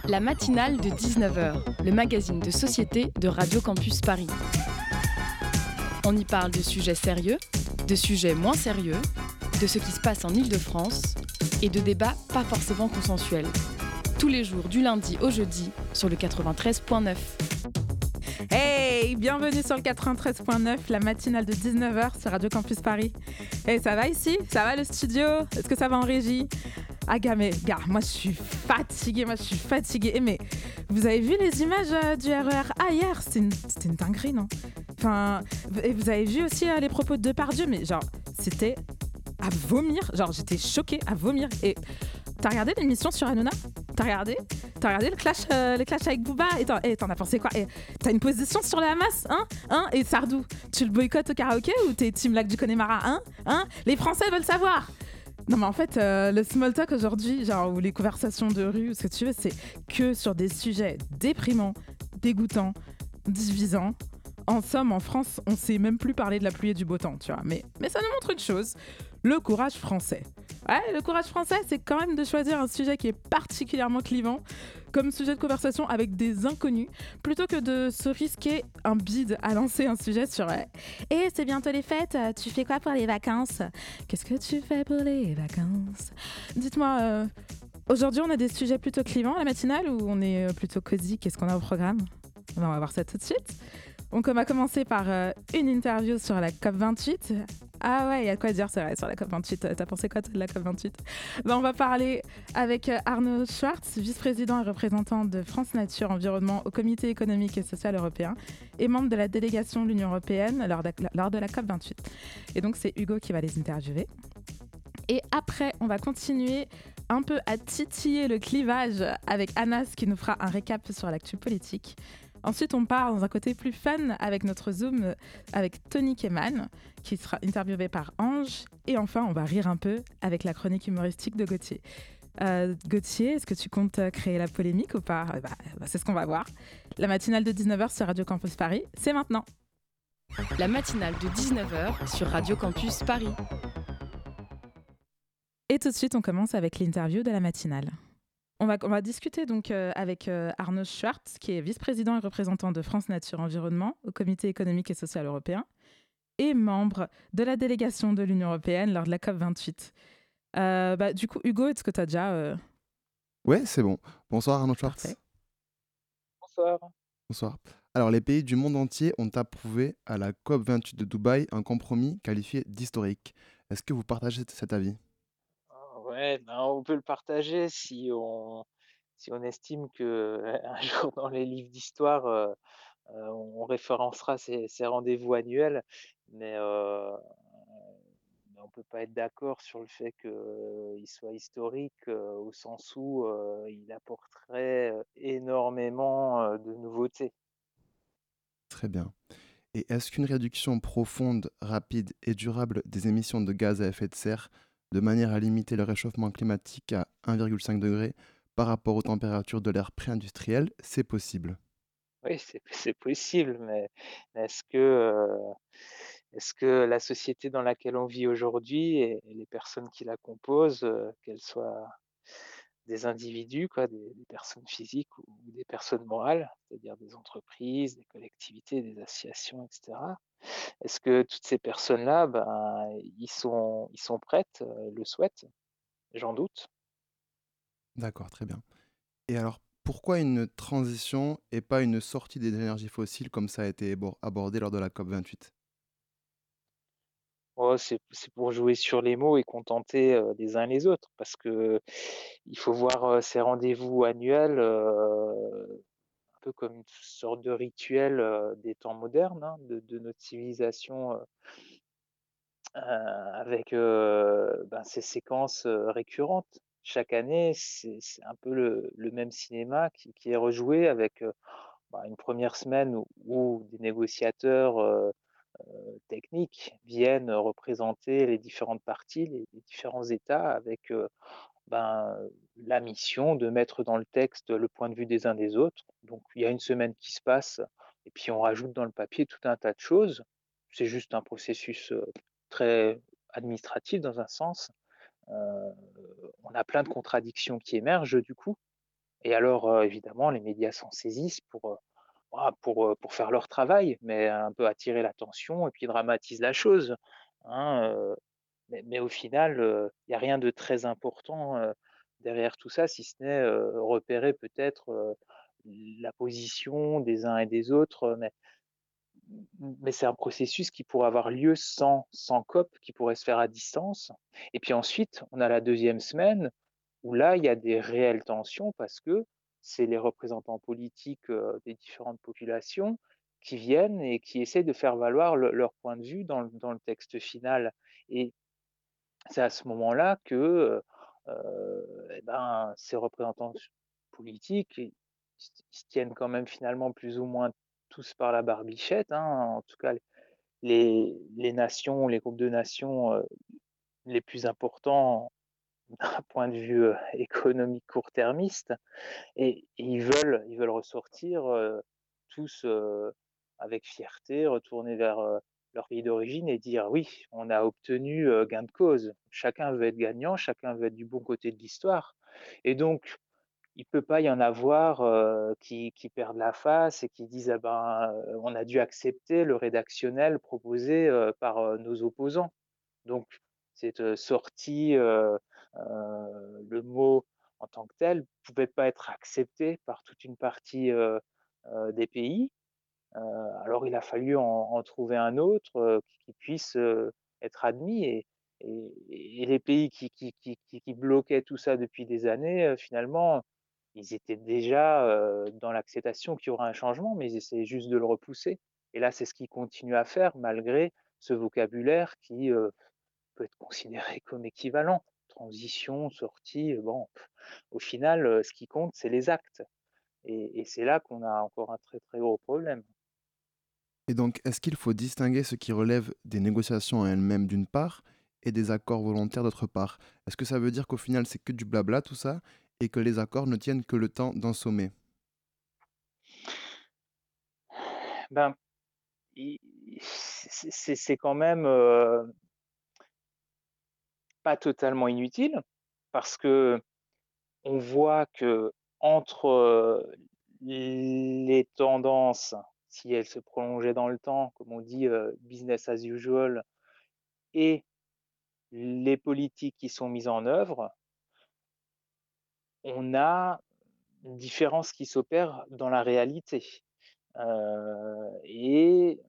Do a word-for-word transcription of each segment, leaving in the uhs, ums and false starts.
La matinale de dix-neuf heures, le magazine de société de Radio Campus Paris. On y parle de sujets sérieux, de sujets moins sérieux, de ce qui se passe en Île-de-France et de débats pas forcément consensuels. Tous les jours du lundi au jeudi sur le quatre-vingt-treize point neuf. Hey, bienvenue sur le quatre-vingt-treize point neuf, la matinale de dix-neuf heures sur Radio Campus Paris. Hey, ça va ici? Ça va le studio? Est-ce que ça va en régie? Ah gars, mais gars, moi je suis fatiguée, moi je suis fatiguée. Mais vous avez vu les images euh, du R E R A hier? C'était une, c'était une dinguerie, non? Enfin, et vous avez vu aussi euh, les propos de Depardieu, mais genre, c'était à vomir. Genre, j'étais choquée à vomir. Et t'as regardé l'émission sur Hanouna? T'as regardé? T'as regardé le clash, euh, le clash avec Booba? Et t'en, et t'en as pensé quoi? Et t'as une position sur le Hamas, hein? Hein? Et Sardou, tu le boycottes au karaoké ou t'es team Lac du Connemara, hein? Hein? Les Français veulent savoir! Non mais en fait, euh, le small talk aujourd'hui, genre, ou les conversations de rue, ou ce que tu veux, c'est que sur des sujets déprimants, dégoûtants, divisants. En somme, en France, on sait même plus parler de la pluie et du beau temps, tu vois. Mais, mais ça nous montre une chose, le courage français. Ouais, le courage français, c'est quand même de choisir un sujet qui est particulièrement clivant comme sujet de conversation avec des inconnus, plutôt que de se risquer un bide à lancer un sujet sur euh, «Et c'est bientôt les fêtes, tu fais quoi pour les vacances? Qu'est-ce que tu fais pour les vacances?» Dites-moi, euh, aujourd'hui on a des sujets plutôt clivants à la matinale ou on est euh, plutôt cosy? Qu'est-ce qu'on a au programme? Ben, on va voir ça tout de suite. Donc on va commencer par euh, une interview sur la COP vingt-huit. Ah ouais, il y a de quoi dire, c'est vrai, sur la COP vingt-huit. T'as pensé quoi toi, de la COP vingt-huit? Ben, on va parler avec euh, Arnaud Schwartz, vice-président et représentant de France Nature Environnement au Comité économique et social européen et membre de la délégation de l'Union européenne lors de, lors de la COP vingt-huit. Et donc c'est Hugo qui va les interviewer. Et après, on va continuer un peu à titiller le clivage avec Anas qui nous fera un récap sur l'actu politique. Ensuite, on part dans un côté plus fun avec notre Zoom avec Tony Keman, qui sera interviewé par Ange. Et enfin, on va rire un peu avec la chronique humoristique de Gauthier. Euh, Gauthier, est-ce que tu comptes créer la polémique ou pas? bah, bah, C'est ce qu'on va voir. La matinale de dix-neuf heures sur Radio Campus Paris, c'est maintenant. La matinale de dix-neuf heures sur Radio Campus Paris. Et tout de suite, on commence avec l'interview de la matinale. On va, on va discuter donc euh, avec euh, Arnaud Schwartz, qui est vice-président et représentant de France Nature Environnement au Comité économique et social européen et membre de la délégation de l'Union européenne lors de la COP vingt-huit. Euh, bah, du coup, Hugo, est-ce que tu as déjà... Euh... Ouais, c'est bon. Bonsoir Arnaud Schwartz. Parfait. Bonsoir. Bonsoir. Alors, les pays du monde entier ont approuvé à la COP vingt-huit de Dubaï un compromis qualifié d'historique. Est-ce que vous partagez cet avis? Ouais, ben, on peut le partager si on, si on estime que un jour dans les livres d'histoire, euh, euh, on référencera ces, ces rendez-vous annuels, mais, euh, mais on peut pas être d'accord sur le fait qu'il soit historique euh, au sens où euh, il apporterait euh, énormément euh, de nouveautés. Très bien. Et est-ce qu'une réduction profonde, rapide et durable des émissions de gaz à effet de serre, de manière à limiter le réchauffement climatique à un virgule cinq degré par rapport aux températures de l'ère pré-industrielle, c'est possible? Oui, c'est c'est possible, mais mais est-ce que, heu, est-ce que la société dans laquelle on vit aujourd'hui et et les personnes qui la composent, heu, qu'elles soient des individus quoi, des des personnes physiques ou ou des personnes morales, c'est-à-dire des entreprises, des collectivités, des associations et cetera. Est-ce que toutes ces personnes-là, ben, ils sont ils sont prêtes, heu, le souhaitent? J'en doute. D'accord, très bien. Et alors, pourquoi une transition et pas une sortie des énergies fossiles comme ça a été abor- abordé lors de la COP vingt-huit? Oh, c'est c'est pour jouer sur les mots et contenter, heu, les uns les autres parce que il faut voir, heu, ces rendez-vous annuels, heu, un peu comme une sorte de rituel, heu, des temps modernes, hein, de de notre civilisation, heu heu, avec, heu, ben, ces séquences, heu, récurrentes. Chaque année, c'est c'est un peu le le même cinéma qui qui est rejoué avec, heu, bah, une première semaine où où des négociateurs, heu techniques viennent représenter les différentes parties, les les différents États avec, heu, ben, la mission de mettre dans le texte le point de vue des uns des autres. Donc il y a une semaine qui se passe et puis on rajoute dans le papier tout un tas de choses. C'est juste un processus, heu, très administratif dans un sens. Heu, on a plein de contradictions qui émergent du coup Et alors, euh, évidemment, les médias s'en saisissent pour, euh, ah, pour, euh, pour faire leur travail, mais un peu attirer l'attention et puis dramatisent la chose. Hein, euh, mais, mais au final, il n'y a rien de très important euh, derrière tout ça, si ce n'est euh, repérer peut-être euh, la position des uns et des autres. Mais, mais c'est un processus qui pourrait avoir lieu sans, sans C O P, qui pourrait se faire à distance. Et puis ensuite, on a la deuxième semaine où là, il y a des réelles tensions parce que c'est les représentants politiques euh, des différentes populations qui viennent et qui essaient de faire valoir le- leur point de vue dans le, dans le texte final. Et c'est à ce moment-là que euh, eh ben, ces représentants politiques, ils, ils se tiennent quand même finalement plus ou moins tous par la barbichette. Hein. En tout cas, les, les nations, les groupes de nations euh, les plus importants d'un point de vue euh, économique court-termiste, et, et ils veulent, ils veulent ressortir euh, tous euh, avec fierté, retourner vers euh, leur pays d'origine et dire oui, on a obtenu euh, gain de cause. Chacun veut être gagnant, chacun veut être du bon côté de l'histoire. Et donc, il ne peut pas y en avoir euh, qui, qui perdent la face et qui disent ah ben, euh, on a dû accepter le rédactionnel proposé euh, par euh, nos opposants. Donc, cette euh, sortie, euh, euh, le mot en tant que tel, ne pouvait pas être accepté par toute une partie euh, euh, des pays. Euh, alors, il a fallu en, en trouver un autre euh, qui, qui puisse euh, être admis. Et, et, et les pays qui, qui, qui, qui, bloquaient tout ça depuis des années, euh, finalement, ils étaient déjà euh, dans l'acceptation qu'il y aura un changement, mais ils essayaient juste de le repousser. Et là, c'est ce qu'ils continuent à faire malgré ce vocabulaire qui euh, peut être considéré comme équivalent. Transition, sortie, bon, au final, ce qui compte, c'est les actes. Et, et c'est là qu'on a encore un très très gros problème. Et donc, est-ce qu'il faut distinguer ce qui relève des négociations en elles-mêmes d'une part et des accords volontaires d'autre part? Est-ce que ça veut dire qu'au final, c'est que du blabla tout ça et que les accords ne tiennent que le temps d'un sommet? Ben, c'est, c'est quand même euh, pas totalement inutile parce que on voit que entre euh, les tendances, si elles se prolongeaient dans le temps, comme on dit euh, business as usual, et les politiques qui sont mises en œuvre, on a une différence qui s'opère dans la réalité. Euh, et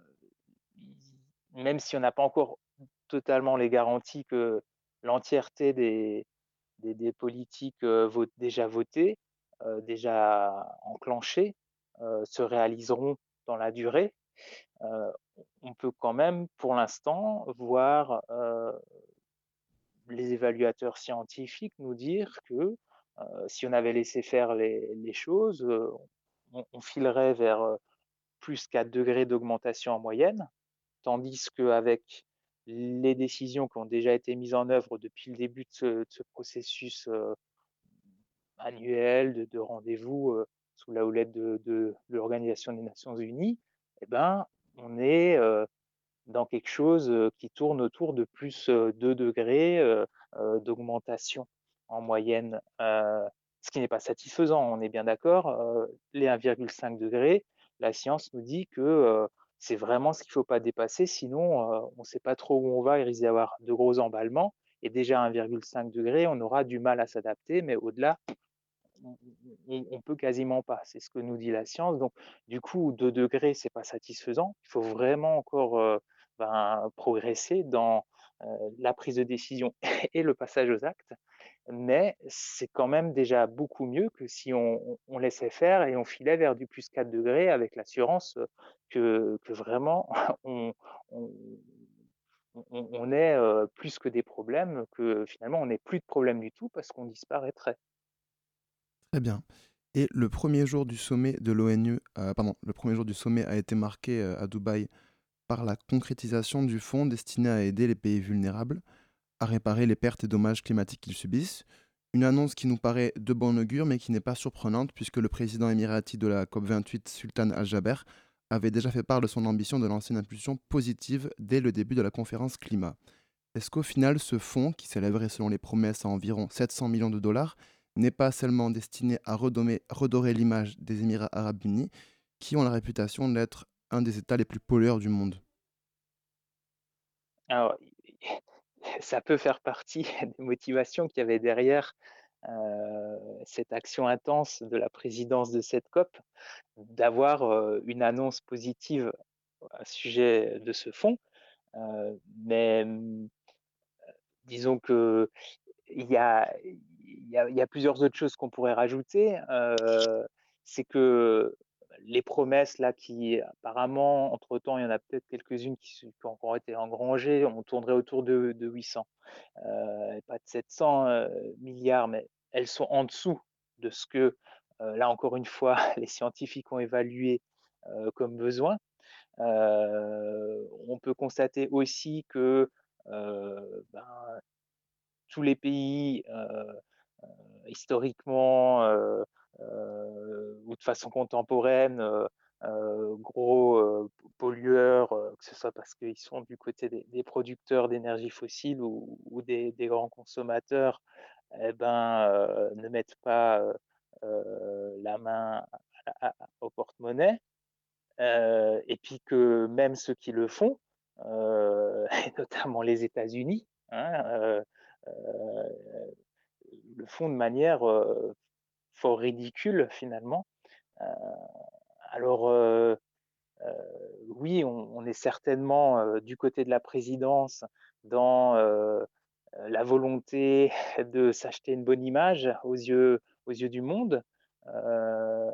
même si on n'a pas encore totalement les garanties que l'entièreté des, des, des politiques euh, vote, déjà votées, euh, déjà enclenchées, euh, se réaliseront dans la durée, euh, on peut quand même, pour l'instant, voir euh, les évaluateurs scientifiques nous dire que euh, si on avait laissé faire les, les choses, euh, on, on, filerait vers euh, plus quatre degrés d'augmentation en moyenne, tandis qu'avec les décisions qui ont déjà été mises en œuvre depuis le début de ce, de ce processus euh, annuel de, de rendez-vous euh, sous la houlette de, de, de l'Organisation des Nations Unies, eh ben, on est euh, dans quelque chose qui tourne autour de plus deux degrés euh, euh, d'augmentation en moyenne, euh, ce qui n'est pas satisfaisant, on est bien d'accord. Euh, les un virgule cinq degrés, la science nous dit que euh, c'est vraiment ce qu'il ne faut pas dépasser, sinon euh, on ne sait pas trop où on va, il risque d'y avoir de gros emballements. Et déjà à un virgule cinq degré, on aura du mal à s'adapter, mais au-delà, on, on peut quasiment pas. C'est ce que nous dit la science. Donc, du coup, deux degrés, c'est pas satisfaisant. Il faut vraiment encore euh, ben, progresser dans euh, la prise de décision et le passage aux actes. Mais c'est quand même déjà beaucoup mieux que si on, on laissait faire et on filait vers du plus quatre degrés avec l'assurance que, que vraiment on, on, on, on ait euh, plus que des problèmes, que finalement on n'ait plus de problèmes du tout parce qu'on disparaîtrait. Très bien. Et le premier jour du sommet de l'ONU, euh, pardon, le premier jour du sommet a été marqué euh, à Dubaï par la concrétisation du fonds destiné à aider les pays vulnérables à réparer les pertes et dommages climatiques qu'ils subissent. Une annonce qui nous paraît de bon augure, mais qui n'est pas surprenante, puisque le président émirati de la COP vingt-huit, Sultan Al-Jaber, avait déjà fait part de son ambition de lancer une impulsion positive dès le début de la conférence climat. Est-ce qu'au final, ce fonds, qui s'élèverait selon les promesses à environ sept cents millions de dollars, n'est pas seulement destiné à redommer- redorer l'image des Émirats arabes unis, qui ont la réputation d'être un des États les plus pollueurs du monde. Alors, ça peut faire partie des motivations qu'il y avait derrière euh, cette action intense de la présidence de cette COP, d'avoir euh, une annonce positive à sujet de ce fonds. Euh, mais hum, disons que il y a, il y a, il y a plusieurs autres choses qu'on pourrait rajouter. Euh, c'est que les promesses là qui apparemment, entre-temps, il y en a peut-être quelques-unes qui, qui ont encore été engrangées, on tournerait autour de, de huit cents, euh, pas de sept cents euh, milliards, mais elles sont en dessous de ce que, euh, là encore une fois, les scientifiques ont évalué euh, comme besoin. Euh, on peut constater aussi que euh, ben, tous les pays euh, euh, historiquement euh, euh, ou de façon contemporaine, euh, euh, gros euh, pollueurs, euh, que ce soit parce qu'ils sont du côté des, des producteurs d'énergie fossile ou, ou des, des, grands consommateurs, eh ben, euh, ne mettent pas euh, la main à, à, au porte-monnaie. Euh, et puis que même ceux qui le font, euh, et notamment les États-Unis, hein, euh, euh, le font de manière euh, fort ridicule finalement. Euh, alors euh, euh, oui, on, on, est certainement euh, du côté de la présidence dans euh, la volonté de s'acheter une bonne image aux yeux, aux yeux du monde. Euh,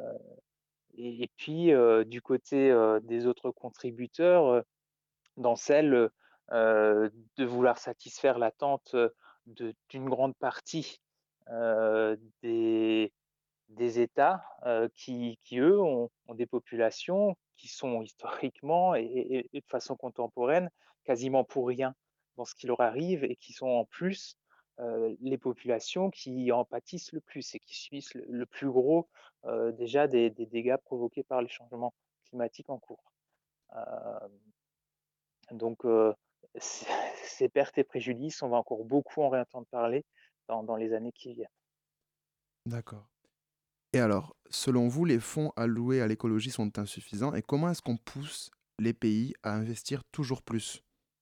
et, et, puis euh, du côté euh, des autres contributeurs, euh, dans celle euh, de vouloir satisfaire l'attente d'une grande partie euh, des, des États euh, qui, qui, eux, ont, ont, des populations qui sont historiquement et, et, et, de façon contemporaine quasiment pour rien dans ce qui leur arrive et qui sont en plus euh, les populations qui en pâtissent le plus et qui subissent le, le plus gros euh, déjà des, des, dégâts provoqués par les changements climatiques en cours. Euh, donc, euh, ces pertes et préjudices, on va encore beaucoup en réentendre parler dans, dans les années qui viennent. D'accord. Et alors, selon vous, les fonds alloués à l'écologie sont insuffisants et comment est-ce qu'on pousse les pays à investir toujours plus?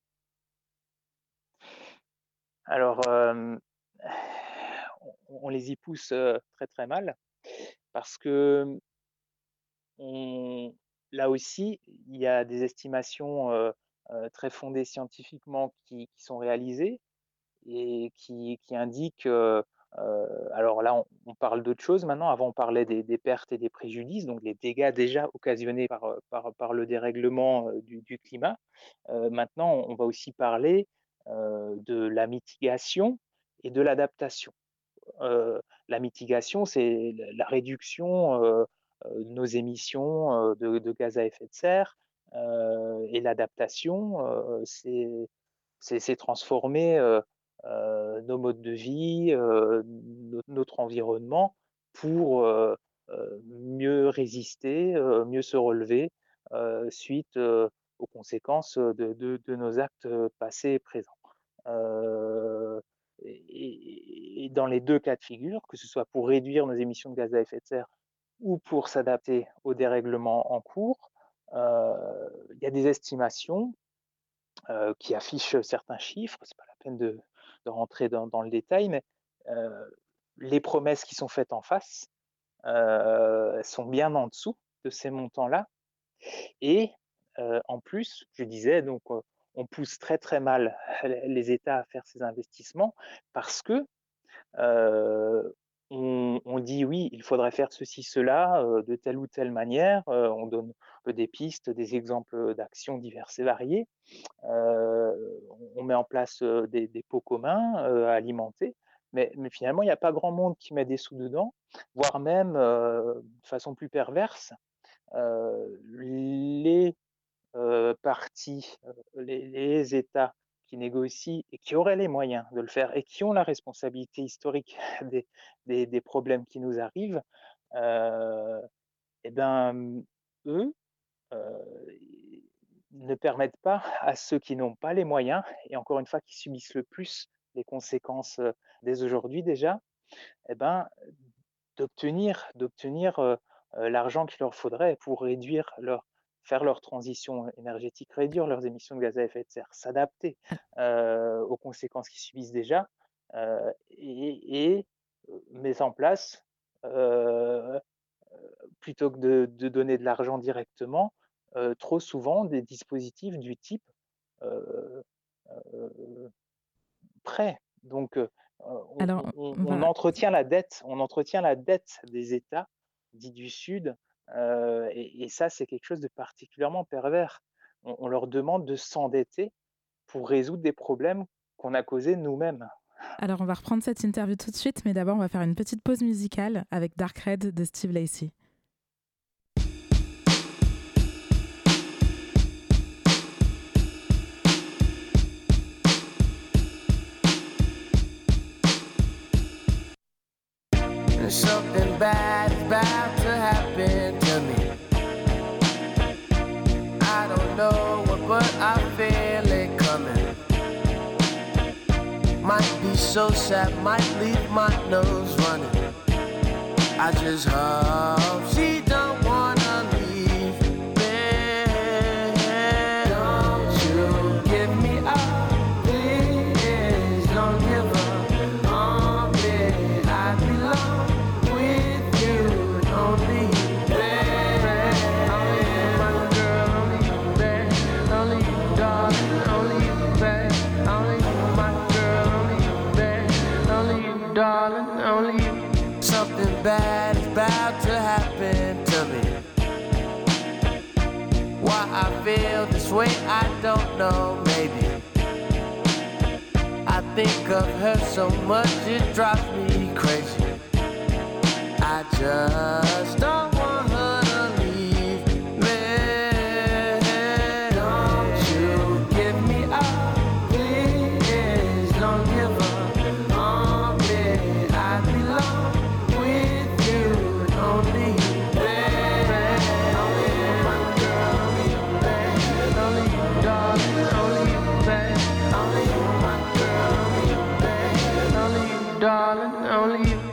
Alors, euh, on, on les y pousse euh, très très mal parce que on, là aussi, il y a des estimations euh, euh, très fondées scientifiquement qui, qui sont réalisées et qui, qui indiquent, euh, euh, alors là on, on parle d'autre chose maintenant, avant on parlait des, des pertes et des préjudices, donc les dégâts déjà occasionnés par, par, par le dérèglement euh, du, du climat. Euh, maintenant on va aussi parler euh, de la mitigation et de l'adaptation. Euh, la mitigation, c'est la réduction euh, de nos émissions euh, de, de, gaz à effet de serre, euh, et l'adaptation, euh, c'est transformer euh, euh, nos modes de vie, euh, notre, notre environnement pour euh, euh, mieux résister, euh, mieux se relever euh, suite euh, aux conséquences de, de, de, nos actes passés et présents. Euh, et, et, dans les deux cas de figure, que ce soit pour réduire nos émissions de gaz à effet de serre ou pour s'adapter au dérèglement en cours, euh, il y a des estimations euh, qui affichent certains chiffres, c'est pas la peine de, de rentrer dans, dans, le détail, mais euh, les promesses qui sont faites en face euh, sont bien en dessous de ces montants-là. Et euh, en plus, je disais, donc, euh, on pousse très très mal les États à faire ces investissements parce que euh, on, on, dit oui, il faudrait faire ceci, cela, euh, de telle ou telle manière. Euh, on donne des pistes, des exemples d'actions diverses et variées. Euh, on met en place des, des pots communs euh, à alimenter. Mais, mais finalement, il n'y a pas grand monde qui met des sous dedans, voire même, euh, de façon plus perverse, euh, les euh, partis, euh, les, les États qui négocient et qui auraient les moyens de le faire et qui ont la responsabilité historique des, des, des problèmes qui nous arrivent, euh, et ben, eux euh, ne permettent pas à ceux qui n'ont pas les moyens, et encore une fois qui subissent le plus les conséquences euh, dès aujourd'hui déjà, et ben, d'obtenir d'obtenir, heu heu, l'argent qu'il leur faudrait pour réduire leur faire leur transition énergétique, réduire leurs émissions de gaz à effet de serre, s'adapter, heu, aux conséquences qu'ils subissent déjà, heu et et heu, mettre en place, heu plutôt que de de donner de l'argent directement, heu, trop souvent des dispositifs du type, heu heu, prêt. Donc heu, on Alors, on on on on va entretient la dette on entretient la dette des États dits du Sud, heu et et ça, c'est quelque chose de particulièrement pervers. On on leur demande de s'endetter pour résoudre des problèmes qu'on a causés nous-mêmes. alors on va reprendre cette interview tout de suite, mais d'abord on va faire une petite pause musicale avec Dark Red de Steve Lacy. Something bad is about to happen to me. I don't know what, but I feel it coming. Might be so sad, might leave my nose running. I just hope she don't wanna leave me. Don't you give me up, please. Don't give up on me. I belong with you, only you, baby. Only you, my girl, only you, baby. Only you, darling, only you, baby. Only you, my girl, only you, baby. Only you, darling, only you. Something bad is about to happen to me. Why I feel this way, I don't know, maybe. I think of her so much, it drives me crazy. I just don't want her to leave me. Don't you give me up, please. Don't give up on me. I belong with you, only you, baby. Only you, my girl, only you, baby. Only you, darling, only you, baby. Only you, my girl, only you, baby. Only you, darling, only you.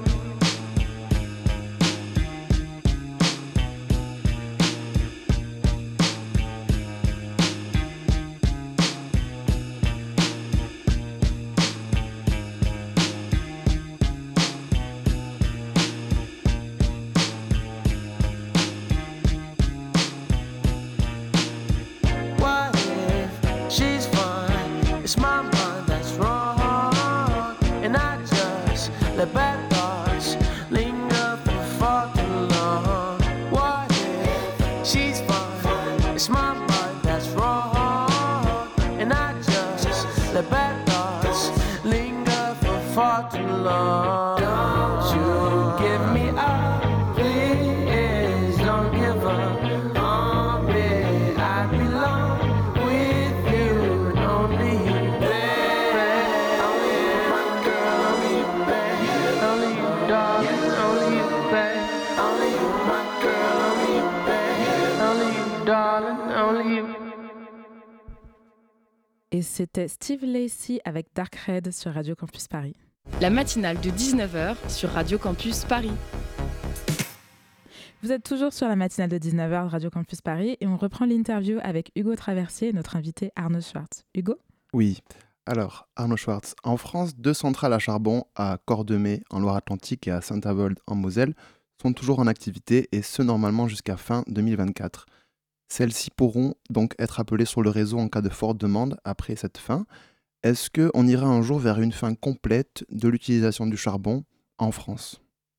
What if she's fine? It's my mind that's wrong, and I just let bad thoughts linger for far too long. What if she's fine? It's my mind that's wrong, and I just let bad thoughts linger for far too long. Don't you give me up, please. Don't give up on me. I belong with you, only you, baby. Only you, my girl, only you, baby. Only you, darling, only you, baby. Only you, my girl, only you, baby. Only you, darling, only you. Et c'était Steve Lacy avec Dark Red sur Radio Campus Paris. La matinale de dix-neuf heures sur Radio Campus Paris. Vous êtes toujours sur la matinale de dix-neuf heures de Radio Campus Paris et on reprend l'interview avec Hugo Traversier et notre invité Arnaud Schwartz. Hugo ? Oui. Alors, Arnaud Schwartz, en France, deux centrales à charbon à Cordemais en Loire-Atlantique et à Saint-Avold en Moselle sont toujours en activité et ce normalement jusqu'à fin deux mille vingt-quatre. Celles-ci pourront donc être appelées sur le réseau en cas de forte demande après cette fin. Est-ce qu'on ira un jour vers une fin complète de l'utilisation du charbon en France ?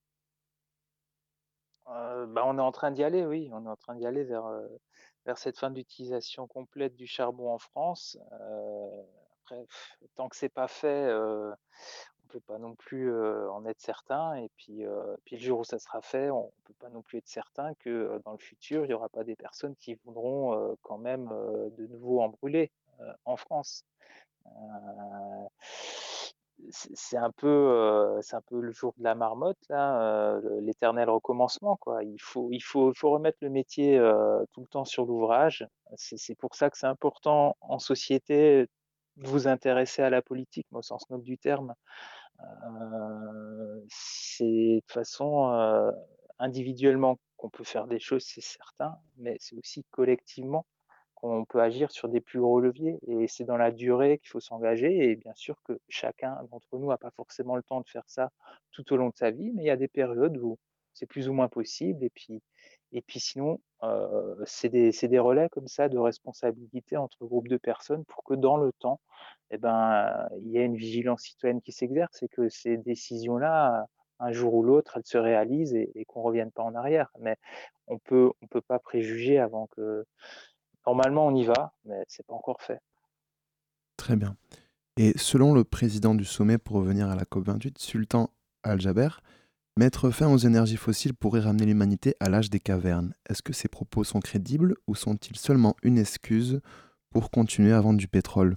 Heu, bah, on est en train d'y aller, oui, on est en train d'y aller vers, heu, vers cette fin d'utilisation complète du charbon en France. Heu, après, pff, tant que c'est pas fait, heu, on peut pas non plus, heu, en être certain et puis, heu, puis le jour où ça sera fait, on peut pas non plus être certain que, heu, dans le futur, il y aura pas des personnes qui voudront, heu, quand même, heu, de nouveau en brûler, heu, en France. Heu, c'est c'est un peu, heu, c'est un peu le jour de la marmotte là, heu, le l'éternel recommencement quoi. Il faut il faut il faut remettre le métier, heu, tout le temps sur l'ouvrage. C'est c'est pour ça que c'est important en société de vous intéresser à la politique, mais au sens noble du terme, Heu, c'est de toute façon, heu, individuellement qu'on peut faire des choses, c'est certain, mais c'est aussi collectivement qu'on peut agir sur des plus gros leviers et c'est dans la durée qu'il faut s'engager et bien sûr que chacun d'entre nous a pas forcément le temps de faire ça tout au long de sa vie, mais il y a des périodes où c'est plus ou moins possible et puis et puis sinon, heu, c'est des c'est des relais comme ça de responsabilité entre groupes de personnes pour que dans le temps et ben, il y ait une vigilance citoyenne qui s'exerce et que ces décisions-là, un jour ou l'autre, elles se réalisent et et qu'on revienne pas en arrière. Mais on peut on peut pas préjuger avant que normalement on y va, mais c'est pas encore fait. Très bien. Et selon le président du sommet, pour revenir à la COP vingt-huit, Sultan Al-Jaber, mettre fin aux énergies fossiles pourrait ramener l'humanité à l'âge des cavernes. Est-ce que ces propos sont crédibles ou sont-ils seulement une excuse pour continuer à vendre du pétrole?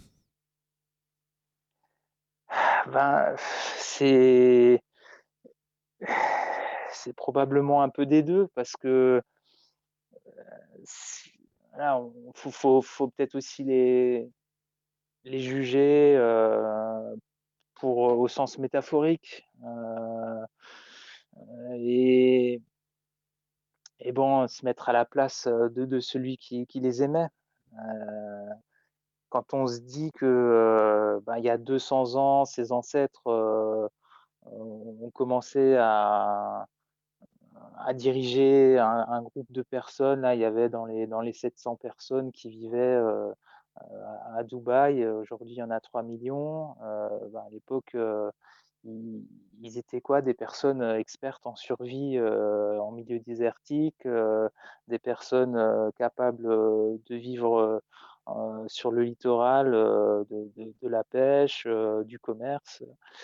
Ben, c'est c'est probablement un peu des deux parce que, si voilà, on faut faut faut peut-être aussi les les juger, heu, pour, au sens métaphorique, heu et et bon, se mettre à la place, heu, de de celui qui qui les émet. Heu, quand on se dit que, heu, bah, il y a deux cents ans, ses ancêtres, heu, ont ont commencé à à diriger un un groupe de personnes. Là, il y avait dans les dans les sept cents personnes qui vivaient, heu, à à Dubaï. Aujourd'hui, il y en a trois millions. Heu, bah, à l'époque, heu, ils ils étaient quoi? Des personnes, heu, expertes en survie, heu, en milieu désertique, heu, des personnes, heu, capables, heu, de vivre, heu heu, sur le littoral, heu, de de de la pêche, heu, du commerce,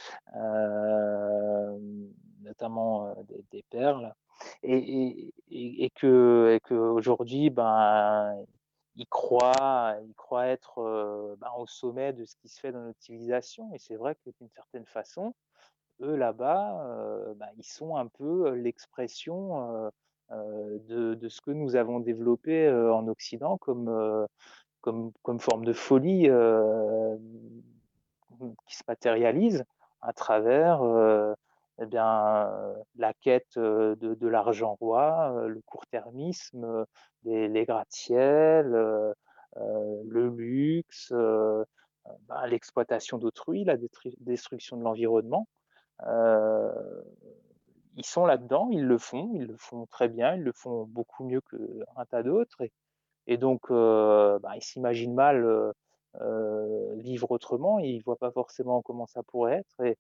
hem, notamment, heu, des des perles et et et et que et qu'aujourd'hui, ben, ils croient ils croient être, heu, ben, au sommet de ce qui se fait dans notre civilisation et c'est vrai que d'une certaine façon, eux là-bas, heu, bah, ils sont un peu, heu, l'expression, heu heu, de de ce que nous avons développé, heu, en Occident comme, heu, comme comme forme de folie, hem, qui se matérialise à travers, heu et bien, heu, la quête, heu, de de l'argent roi, heu, le court-termisme, heu, les les gratte-ciel, heu heu, le luxe, heu, bah, l'exploitation d'autrui, la détru destruction de l'environnement. Heu, ils sont là-dedans, ils le font, ils le font très bien, ils le font beaucoup mieux qu'un tas d'autres et et donc heu, bah, ils s'imaginent mal, heu heu, vivre autrement. Ils voient pas forcément comment ça pourrait être et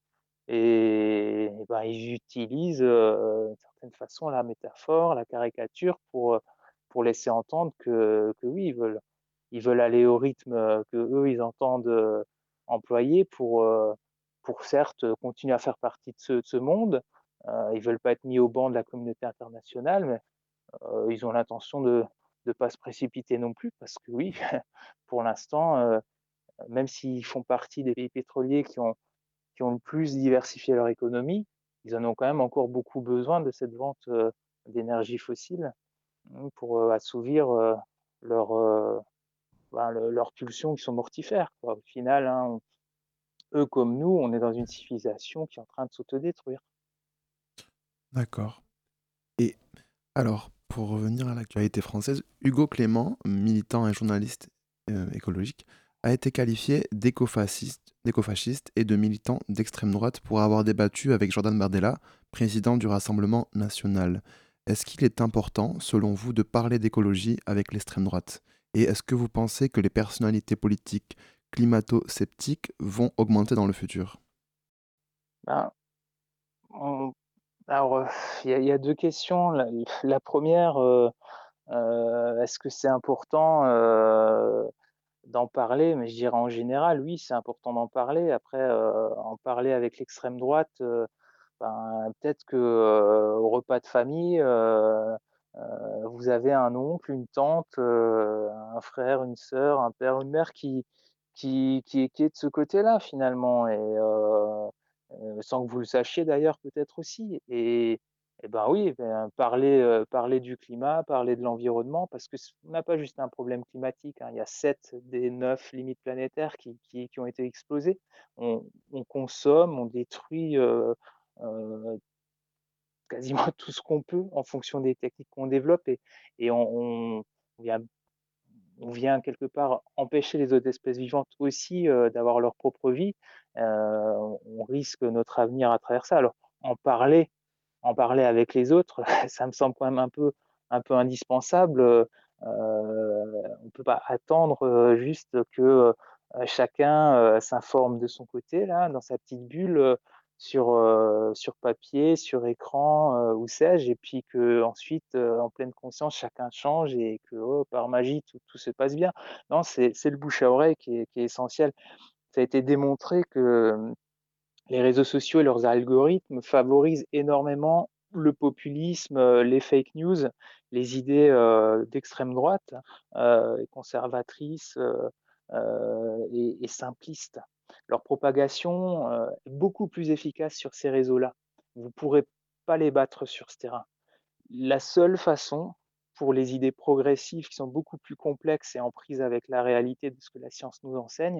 et et bah, ils utilisent, heu, d'une certaine façon la métaphore, la caricature pour, heu, pour laisser entendre que que oui, ils veulent ils veulent aller au rythme, heu, qu'eux ils entendent, heu, employer pour, heu, pour certes, continuer à faire partie de ce de ce monde. Heu, ils veulent pas être mis au ban de la communauté internationale, mais heu, ils ont l'intention de de pas se précipiter non plus parce que oui, pour l'instant, heu, même s'ils font partie des pays pétroliers qui ont qui ont le plus diversifié leur économie, ils en ont quand même encore beaucoup besoin de cette vente, heu, d'énergie fossile, mmh, pour, heu, assouvir, heu, leurs, heu, ben, le leurs pulsions qui sont mortifères, quoi. Au final, hein, on eux comme nous, on est dans une civilisation qui est en train de s'autodétruire. D'accord. Et alors, pour revenir à l'actualité française, Hugo Clément, militant et journaliste euh, écologique, a été qualifié d'écofasciste, d'écofasciste et de militant d'extrême droite pour avoir débattu avec Jordan Bardella, président du Rassemblement national. Est-ce qu'il est important, selon vous, de parler d'écologie avec l'extrême droite? Et est-ce que vous pensez que les personnalités politiques climato-sceptiques vont augmenter dans le futur? Ben, on alors, heu, il y a il y a deux questions. La la première, heu heu, est-ce que c'est important, heu, d'en parler? Mais je dirais en général, oui, c'est important d'en parler. Après, heu, en parler avec l'extrême droite, heu, ben, peut-être que, heu, au repas de famille, heu heu, vous avez un oncle, une tante, heu, un frère, une sœur, un père, une mère qui qui qui est qui est de ce côté-là finalement et heu heu, sans que vous le sachiez d'ailleurs peut-être aussi et Eh ben oui, ben, parler, heu, parler du climat, parler de l'environnement, parce que c on n'a pas juste un problème climatique, hein. Il y a sept des neuf limites planétaires qui qui qui ont été explosées. On on consomme, on détruit, heu heu, quasiment tout ce qu'on peut en fonction des techniques qu'on développe et et on on vient on vient quelque part empêcher les autres espèces vivantes aussi, heu, d'avoir leur propre vie. Heu, on on risque notre avenir à travers ça. Alors en parler en parler avec les autres, ça me semble quand même un peu un peu indispensable, heu, on ne peut pas attendre, heu, juste que, heu, chacun, heu, s'informe de son côté là, dans sa petite bulle, heu, sur, heu, sur papier, sur écran, heu, où sais-je et puis qu'ensuite, heu, en pleine conscience, chacun change et que, oh, par magie, tout tout se passe bien. Non, c'est c'est le bouche à oreille qui est qui est essentiel. Ça a été démontré que, hem, les réseaux sociaux et leurs algorithmes favorisent énormément le populisme, heu, les fake news, les idées, heu, d'extrême droite, heu, et conservatrices, heu heu, et et simplistes. Leur propagation, heu, est beaucoup plus efficace sur ces réseaux-là. Vous ne pourrez pas les battre sur ce terrain. La seule façon pour les idées progressives qui sont beaucoup plus complexes et en prise avec la réalité de ce que la science nous enseigne,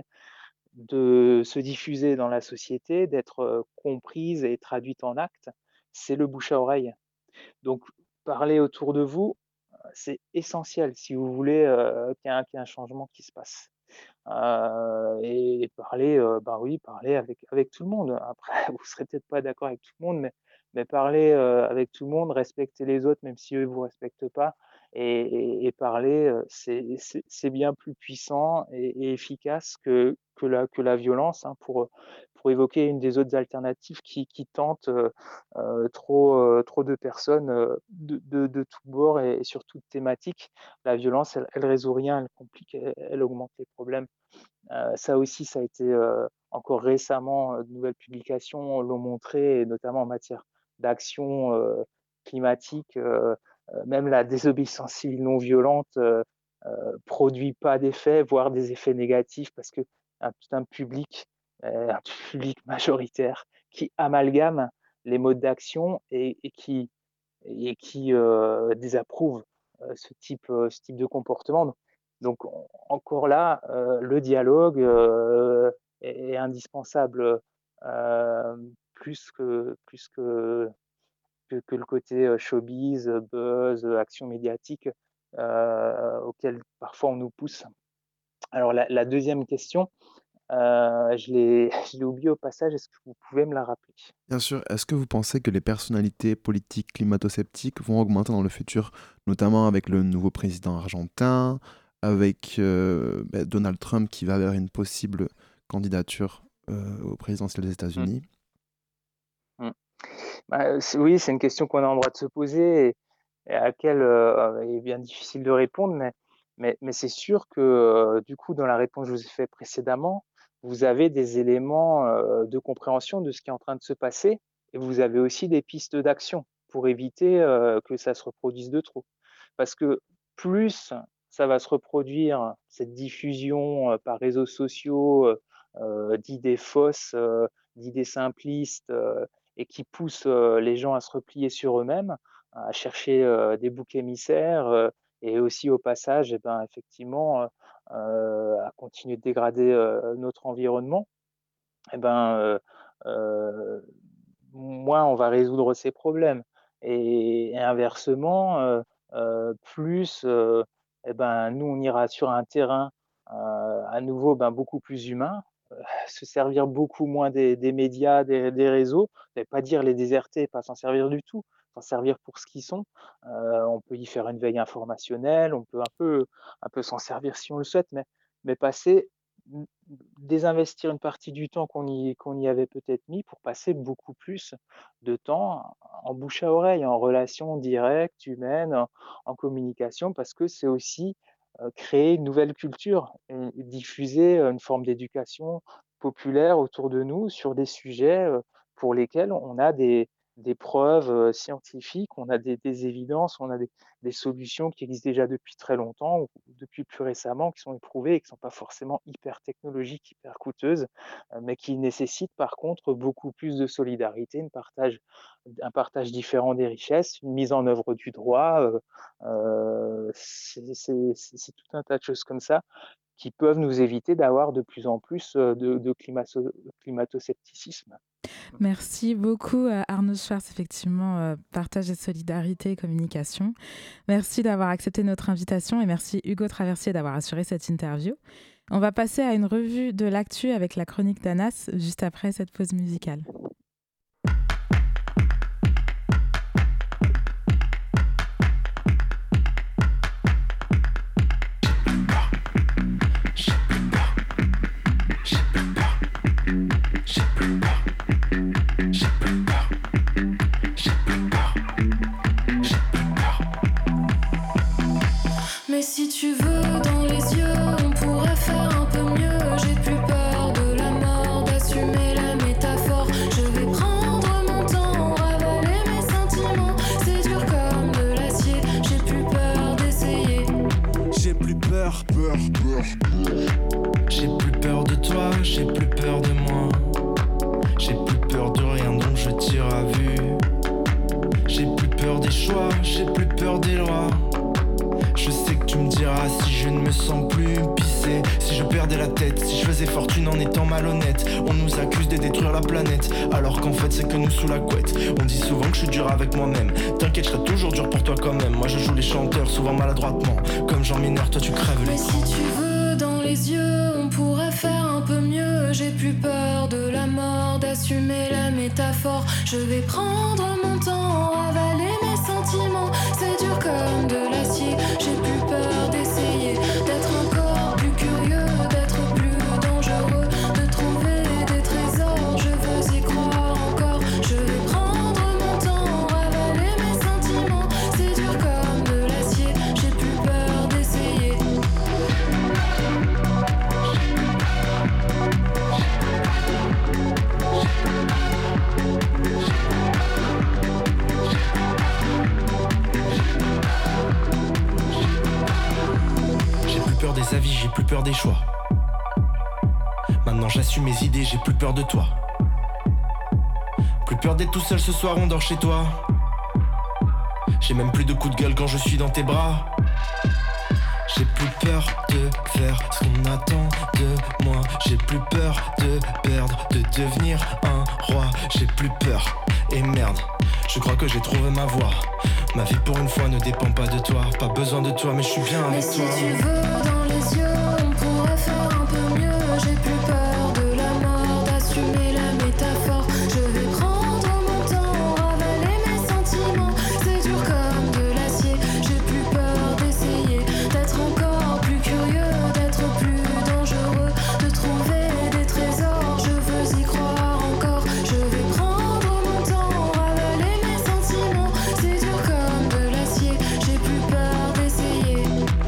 de se diffuser dans la société, d'être, heu, comprise et traduite en actes, c'est le bouche à oreille. Donc parler autour de vous, heu, c'est essentiel si vous voulez, heu, qu'il y ait un qu'il y ait un changement qui se passe. Heu et parler, heu, bah, oui, parler avec avec tout le monde. Après, vous serez peut-être pas d'accord avec tout le monde, mais mais parler, heu, avec tout le monde, respecter les autres, même si eux vous respectent pas et et et parler, heu, c'est c'est c'est bien plus puissant et et efficace que que la que la violence, hein, pour, heu, pour évoquer une des autres alternatives qui qui tentent, heu heu, trop, heu, trop de personnes, heu, de de de tous bords et et sur toute thématique. La violence, elle elle résout rien, elle complique, elle elle augmente les problèmes. Heu, ça aussi, ça a été, heu, encore récemment, heu, de nouvelles publications l'ont montré et notamment en matière d'action, heu, climatique, heu heu, même la désobéissance civile non violente, heu heu, produit pas d'effets, voire des effets négatifs parce que un tout un public, heu, un public majoritaire qui amalgame les modes d'action et et qui et qui, heu, désapprouve, heu, ce type, heu, ce type de comportement. Donc donc en encore là, heu, le dialogue, heu, est est indispensable, heu, plus que plus que que que le côté, heu, showbiz, heu, buzz, heu, action médiatique, heu, auquel parfois on nous pousse. Alors la la deuxième question, heu, je l'ai je l'ai oubliée au passage, est-ce que vous pouvez me la rappeler? Bien sûr, est-ce que vous pensez que les personnalités politiques climato-sceptiques vont augmenter dans le futur, notamment avec le nouveau président argentin, avec euh, bah, Donald Trump qui va vers une possible candidature euh, au présidentiel des Mmh, États-Unis? mmh. Bah, c'est oui, c'est une question qu'on a en droit de se poser et et à laquelle, heu, il est bien difficile de répondre, mais mais mais c'est sûr que, heu, du coup, dans la réponse que je vous ai faite précédemment, vous avez des éléments, heu, de compréhension de ce qui est en train de se passer et vous avez aussi des pistes d'action pour éviter, heu, que ça se reproduise de trop. Parce que plus ça va se reproduire, cette diffusion, heu, par réseaux sociaux, heu heu, d'idées fausses, heu, d'idées simplistes, heu et qui poussent, heu, les gens à se replier sur eux-mêmes, à chercher, heu, des boucs émissaires, heu et aussi au passage et ben, effectivement, heu heu, à continuer de dégrader, heu, notre environnement et ben, heu heu, moins on va résoudre ces problèmes et et inversement, heu heu, plus, heu et ben, nous on ira sur un terrain, heu, à nouveau, ben, beaucoup plus humain, se servir beaucoup moins des des médias, des des réseaux. Ça veut pas dire les déserter, pas s'en servir du tout, s'en servir pour ce qu'ils sont. Heu, on peut y faire une veille informationnelle, on peut un peu un peu s'en servir si on le souhaite, mais mais passer mmh, désinvestir une partie du temps qu'on y qu'on y avait peut-être mis pour passer beaucoup plus de temps en bouche à oreille, en relation directe, humaine, en en communication parce que c'est aussi, heu, créer une nouvelle culture et et diffuser, heu, une forme d'éducation populaire autour de nous sur des sujets, heu, pour lesquels on a des des preuves euh, scientifiques, on a des, des évidences, on a des, des solutions qui existent déjà depuis très longtemps ou depuis plus récemment, qui sont éprouvées et qui ne sont pas forcément hyper technologiques, hyper coûteuses, euh, mais qui nécessitent par contre beaucoup plus de solidarité, un partage, un partage différent des richesses, une mise en œuvre du droit. Euh, euh, c'est, c'est, c'est, c'est tout un tas de choses comme ça qui peuvent nous éviter d'avoir de plus en plus de, de climato, climato-scepticisme. Merci beaucoup euh, Arnaud Schwartz, effectivement, euh, partage et solidarité et communication. Merci d'avoir accepté notre invitation et merci Hugo Traversier d'avoir assuré cette interview. On va passer à une revue de l'actu avec la chronique d'Anas juste après cette pause musicale. Mais si tu veux, dans les yeux, on pourrait faire un peu mieux. J'ai plus peur de la mort, d'assumer la métaphore. Je vais prendre mon temps, ravaler mes sentiments. C'est dur comme de l'acier, j'ai plus peur d'essayer. J'ai plus peur, peur, peur, peur. J'ai plus peur de toi, j'ai plus peur de moi. J'ai plus peur de rien donc je tire à vue. J'ai plus peur des choix, j'ai plus peur des lois. Je sais que tu me diras si je ne me sens plus pissé, si je perdais la tête, si je faisais fortune en étant malhonnête. On nous accuse de détruire la planète, alors qu'en fait c'est que nous sous la couette. On dit souvent que je suis dur avec moi-même. T'inquiète, je serai toujours dur pour toi quand même. Moi je joue les chanteurs, souvent maladroitement. Comme Jean Mineur, toi tu crèves Mais l'écran. si tu veux, dans les yeux, on pourrait faire un peu mieux. J'ai plus peur de la mort, d'assumer la métaphore. Je vais prendre mon temps, ravaler mes sentiments. C'est dur comme de l'acier, j'ai plus peur d'essayer, d'être encore plus curieux, d'être plus dangereux, de trouver des trésors. Je veux y croire encore. Je vais prendre mon temps, ravaler mes sentiments. C'est dur comme de l'acier, j'ai plus peur d'essayer. J'ai plus peur des avis, j'ai plus peur des choix. Maintenant j'assume mes idées, j'ai plus peur de toi. Plus peur d'être tout seul ce soir, on dort chez toi. J'ai même plus de coups de gueule quand je suis dans tes bras. J'ai plus peur de faire ce qu'on attend de moi. J'ai plus peur de perdre, de devenir un roi. J'ai plus peur, et merde, je crois que j'ai trouvé ma voie. Ma vie pour une fois ne dépend pas de toi. Pas besoin de toi mais je suis bien Mais avec si toi. tu veux, dans les yeux, on pourrait faire un peu mieux. J'ai plus peur de la mort, d'assumer la métaphore. Je vais prendre mon temps, ravaler mes sentiments. C'est dur comme de l'acier, j'ai plus peur d'essayer, d'être encore plus curieux, d'être plus dangereux, de trouver des trésors. Je veux y croire encore. Je vais prendre mon temps, ravaler mes sentiments. C'est dur comme de l'acier, j'ai plus peur d'essayer.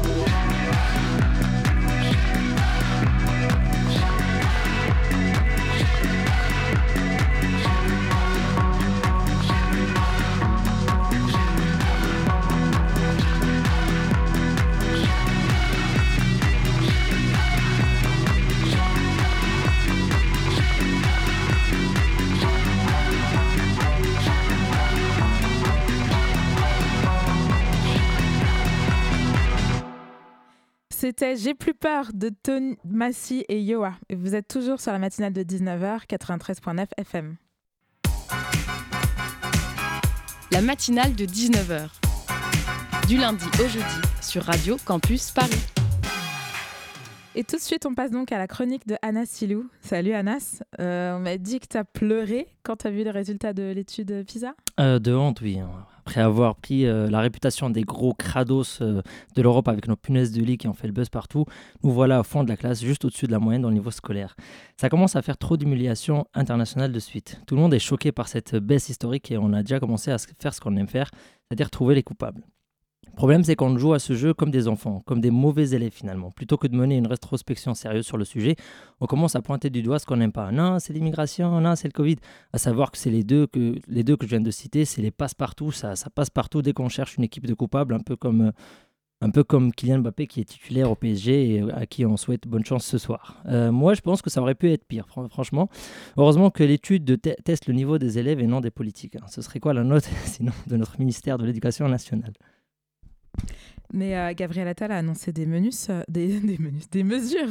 C'était J'ai plus peur de Tony Massy et Yoa. Et vous êtes toujours sur la matinale de dix-neuf heures, quatre-vingt-treize virgule neuf F M. La matinale de dix-neuf heures. Du lundi au jeudi sur Radio Campus Paris. Et tout de suite, on passe donc à la chronique de Anas Silou. Salut Anas. Euh, on m'a dit que tu as pleuré quand tu as vu les résultats de l'étude PISA. Euh, de honte, oui. Après avoir pris euh, la réputation des gros crados euh, de l'Europe avec nos punaises de lit qui ont fait le buzz partout, nous voilà au fond de la classe, juste au-dessus de la moyenne dans le niveau scolaire. Ça commence à faire trop d'humiliation internationale de suite. Tout le monde est choqué par cette baisse historique et on a déjà commencé à faire ce qu'on aime faire, c'est-à-dire trouver les coupables. Le problème, c'est qu'on joue à ce jeu comme des enfants, comme des mauvais élèves finalement. Plutôt que de mener une rétrospection sérieuse sur le sujet, on commence à pointer du doigt ce qu'on n'aime pas. Non, c'est l'immigration, non, c'est le Covid. À savoir que c'est les deux que, les deux que je viens de citer, c'est les passe-partout. Ça, ça passe partout dès qu'on cherche une équipe de coupables, un peu comme, un peu comme Kylian Mbappé qui est titulaire au P S G et à qui on souhaite bonne chance ce soir. Euh, moi, je pense que ça aurait pu être pire, fr- franchement. Heureusement que l'étude de te- teste le niveau des élèves et non des politiques. Ce serait quoi la note, sinon, de notre ministère de l'Éducation nationale ? Mais euh, Gabriel Attal a annoncé des menus, euh, des, des menus, des mesures.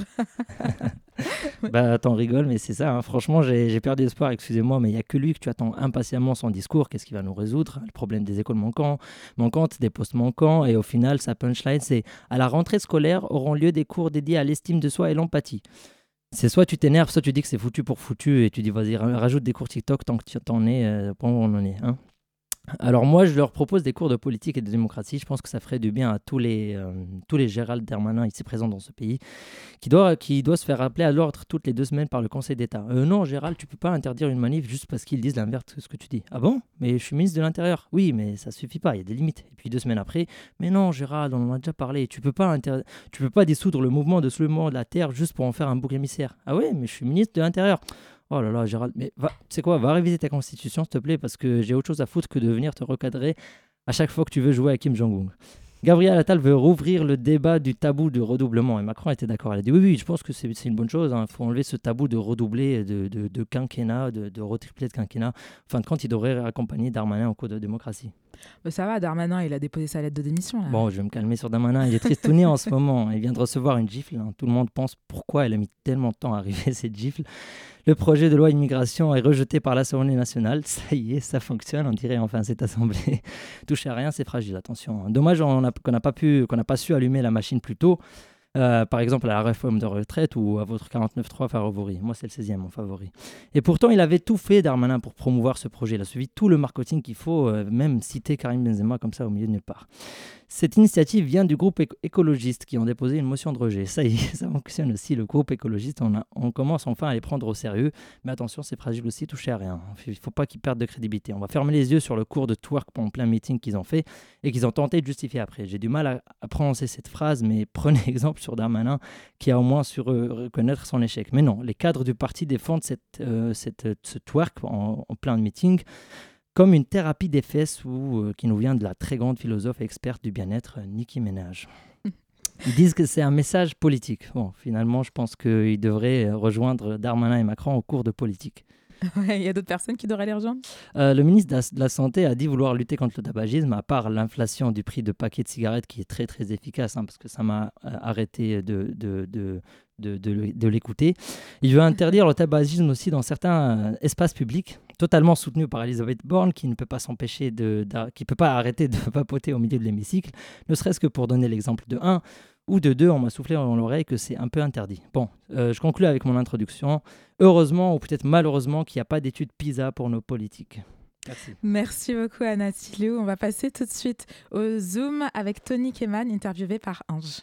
Bah, t'en rigoles, mais c'est ça. Hein. Franchement, j'ai, j'ai perdu espoir, excusez-moi, mais il n'y a que lui que tu attends impatiemment son discours. Qu'est-ce qu'il va nous résoudre ? Le problème des écoles manquantes, manquantes, des postes manquants. Et au final, sa punchline, c'est « À la rentrée scolaire auront lieu des cours dédiés à l'estime de soi et l'empathie ». C'est soit tu t'énerves, soit tu dis que c'est foutu pour foutu et tu dis vas-y, rajoute des cours TikTok tant que tu t'en es, euh, pour où on en est. Hein. Alors moi, je leur propose des cours de politique et de démocratie. Je pense que ça ferait du bien à tous les, euh, tous les Gérald Darmanin ici présents dans ce pays, qui doit, qui doit se faire rappeler à l'ordre toutes les deux semaines par le Conseil d'État. Euh, non, Gérald, tu peux pas interdire une manif juste parce qu'ils disent l'inverse de ce que tu dis. Ah bon ? Mais je suis ministre de l'Intérieur. Oui, mais ça suffit pas, il y a des limites. Et puis deux semaines après, mais non, Gérald, on en a déjà parlé. Tu peux pas, inter... tu peux pas dissoudre le mouvement de soulèvement de la terre juste pour en faire un bouc émissaire. Ah ouais, mais je suis ministre de l'Intérieur. Oh là là, Gérald, mais va, tu sais quoi, va réviser ta constitution, s'il te plaît, parce que j'ai autre chose à foutre que de venir te recadrer à chaque fois que tu veux jouer à Kim Jong-un. Gabriel Attal veut rouvrir le débat du tabou du redoublement. Et Macron était d'accord. Elle a dit oui, oui, je pense que c'est, c'est une bonne chose. Il hein. faut enlever ce tabou de redoubler, de, de, de quinquennat, de, de retripler de quinquennat. En fin de compte, il devrait accompagner Darmanin en cours de démocratie. Mais ça va, Darmanin, il a déposé sa lettre de démission. Là. Bon, je vais me calmer sur Darmanin. Il est tristouné en ce moment. Il vient de recevoir une gifle. Hein. Tout le monde pense pourquoi elle a mis tellement de temps à arriver, cette gifle. Le projet de loi immigration est rejeté par l'Assemblée nationale. Ça y est, ça fonctionne. On dirait enfin cette assemblée. Touche à rien, c'est fragile. Attention. Dommage on a, qu'on n'a pas pu, qu'on n'a pas su allumer la machine plus tôt. Euh, par exemple à la réforme de retraite ou à votre quarante-neuf trois favori. Moi, c'est le seizième, mon favori. Et pourtant, il avait tout fait, Darmanin, pour promouvoir ce projet. Il a suivi tout le marketing qu'il faut, euh, même citer Karim Benzema comme ça au milieu de nulle part. Cette initiative vient du groupe éco- écologiste qui ont déposé une motion de rejet. Ça y est, ça fonctionne aussi. Le groupe écologiste, on, a, on commence enfin à les prendre au sérieux. Mais attention, c'est fragile aussi, touché à rien. Il ne faut pas qu'ils perdent de crédibilité. On va fermer les yeux sur le cours de twerk en plein meeting qu'ils ont fait et qu'ils ont tenté de justifier après. J'ai du mal à, à prononcer cette phrase, mais prenez exemple sur Darmanin qui a au moins su re- reconnaître son échec. Mais non, les cadres du parti défendent cette, euh, cette, ce twerk en, en plein meeting comme une thérapie des fesses ou, euh, qui nous vient de la très grande philosophe et experte du bien-être, Nicki Minaj. Ils disent que c'est un message politique. Bon, finalement, je pense qu'ils devraient rejoindre Darmanin et Macron au cours de politique. Il y a d'autres personnes qui devraient les rejoindre. Euh, le ministre de la, de la Santé a dit vouloir lutter contre le tabagisme, à part l'inflation du prix de paquets de cigarettes qui est très très efficace, hein, parce que ça m'a euh, arrêté de, de, de, de, de, de l'écouter. Il veut interdire le tabagisme aussi dans certains euh, espaces publics, totalement soutenu par Elisabeth Borne, qui ne peut pas s'empêcher de, de, qui peut pas arrêter de papoter au milieu de l'hémicycle, ne serait-ce que pour donner l'exemple de un. Ou de deux, on m'a soufflé dans l'oreille que c'est un peu interdit. Bon, euh, je conclue avec mon introduction. Heureusement, ou peut-être malheureusement, qu'il n'y a pas d'études PISA pour nos politiques. Merci. Merci beaucoup, Anna Tilou. On va passer tout de suite au Zoom avec Tony Keman, interviewé par Ange.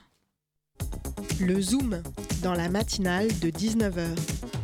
Le Zoom, dans la matinale de dix-neuf heures.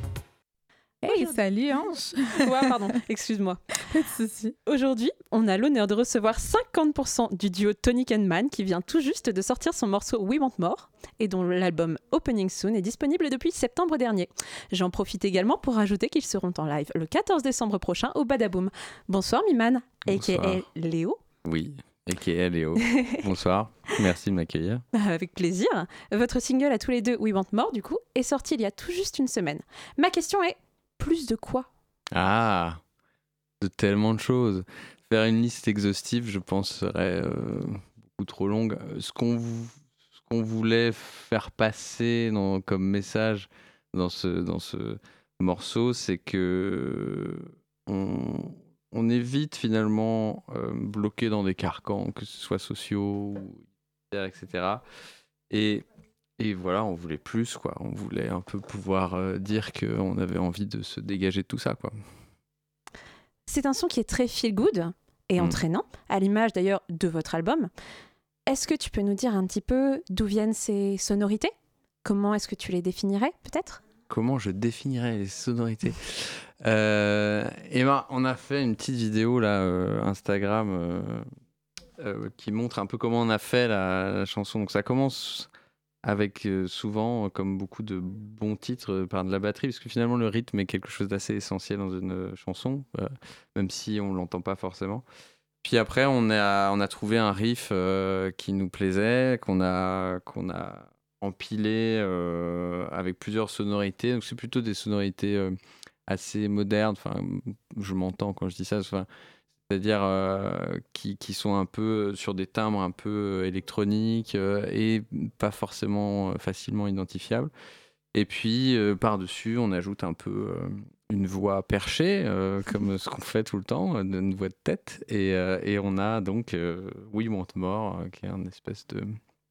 Hey, salut Ange. Ouais, pardon, excuse-moi. Pas de souci. Aujourd'hui, on a l'honneur de recevoir cinquante pour cent du duo Tony Keman qui vient tout juste de sortir son morceau We Want More et dont l'album Opening Soon est disponible depuis septembre dernier. J'en profite également pour rajouter qu'ils seront en live le quatorze décembre prochain au Badaboom. Bonsoir Miman, Bonsoir. a k a. Léo. Oui, a k a. Léo. Bonsoir, merci de m'accueillir. Avec plaisir. Votre single à tous les deux, We Want More, du coup, est sorti il y a tout juste une semaine. Ma question est, plus de quoi ? Ah, de tellement de choses. Faire une liste exhaustive, je pense, serait euh, beaucoup trop longue. Ce qu'on, ce qu'on voulait faire passer dans, comme message dans ce, dans ce morceau, c'est que on, on évite finalement euh, bloqué dans des carcans, que ce soit sociaux, et cetera. Et Et voilà, on voulait plus, quoi. On voulait un peu pouvoir euh, dire qu'on avait envie de se dégager de tout ça, quoi. C'est un son qui est très feel-good et entraînant, mmh. à l'image d'ailleurs de votre album. Est-ce que tu peux nous dire un petit peu d'où viennent ces sonorités ? Comment est-ce que tu les définirais, peut-être ? Comment je définirais les sonorités ? euh, Et ben, on a fait une petite vidéo, là, euh, Instagram... Euh... euh, qui montre un peu comment on a fait la, la chanson. Donc ça commence avec euh, souvent, euh, comme beaucoup de bons titres, euh, par de la batterie, parce que finalement le rythme est quelque chose d'assez essentiel dans une euh, chanson, euh, même si on l'entend pas forcément. Puis après, on a, on a trouvé un riff euh, qui nous plaisait, qu'on a, qu'on a empilé euh, avec plusieurs sonorités. Donc c'est plutôt des sonorités euh, assez modernes. Enfin, je m'entends quand je dis ça. Enfin, c'est-à-dire euh, qui, qui sont un peu sur des timbres un peu électroniques euh, et pas forcément facilement identifiables. Et puis euh, par-dessus, on ajoute un peu euh, une voix perchée, euh, comme ce qu'on fait tout le temps, une voix de tête. Et, euh, et on a donc euh, We Want More, euh, qui est une espèce de,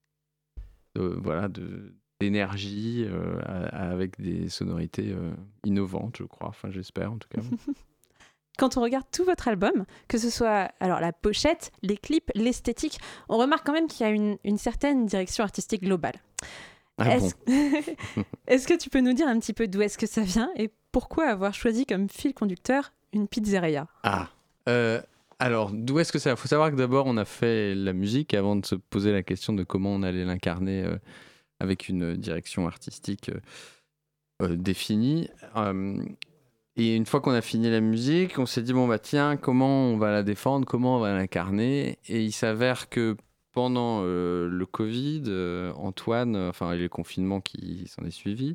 de voilà de d'énergie euh, avec des sonorités euh, innovantes, je crois. Enfin, j'espère en tout cas. Quand on regarde tout votre album, que ce soit alors la pochette, les clips, l'esthétique, on remarque quand même qu'il y a une, une certaine direction artistique globale. Ah est-ce... bon Est-ce que tu peux nous dire un petit peu d'où est-ce que ça vient et pourquoi avoir choisi comme fil conducteur une pizzeria ? Ah, euh, alors d'où est-ce que ça ? Il faut savoir que d'abord on a fait la musique avant de se poser la question de comment on allait l'incarner euh, avec une direction artistique euh, euh, définie. Euh, Et une fois qu'on a fini la musique, on s'est dit, bon, bah tiens, comment on va la défendre, comment on va l'incarner ? Et il s'avère que pendant euh, le Covid, euh, Antoine, enfin, et les confinements qui s'en est suivi,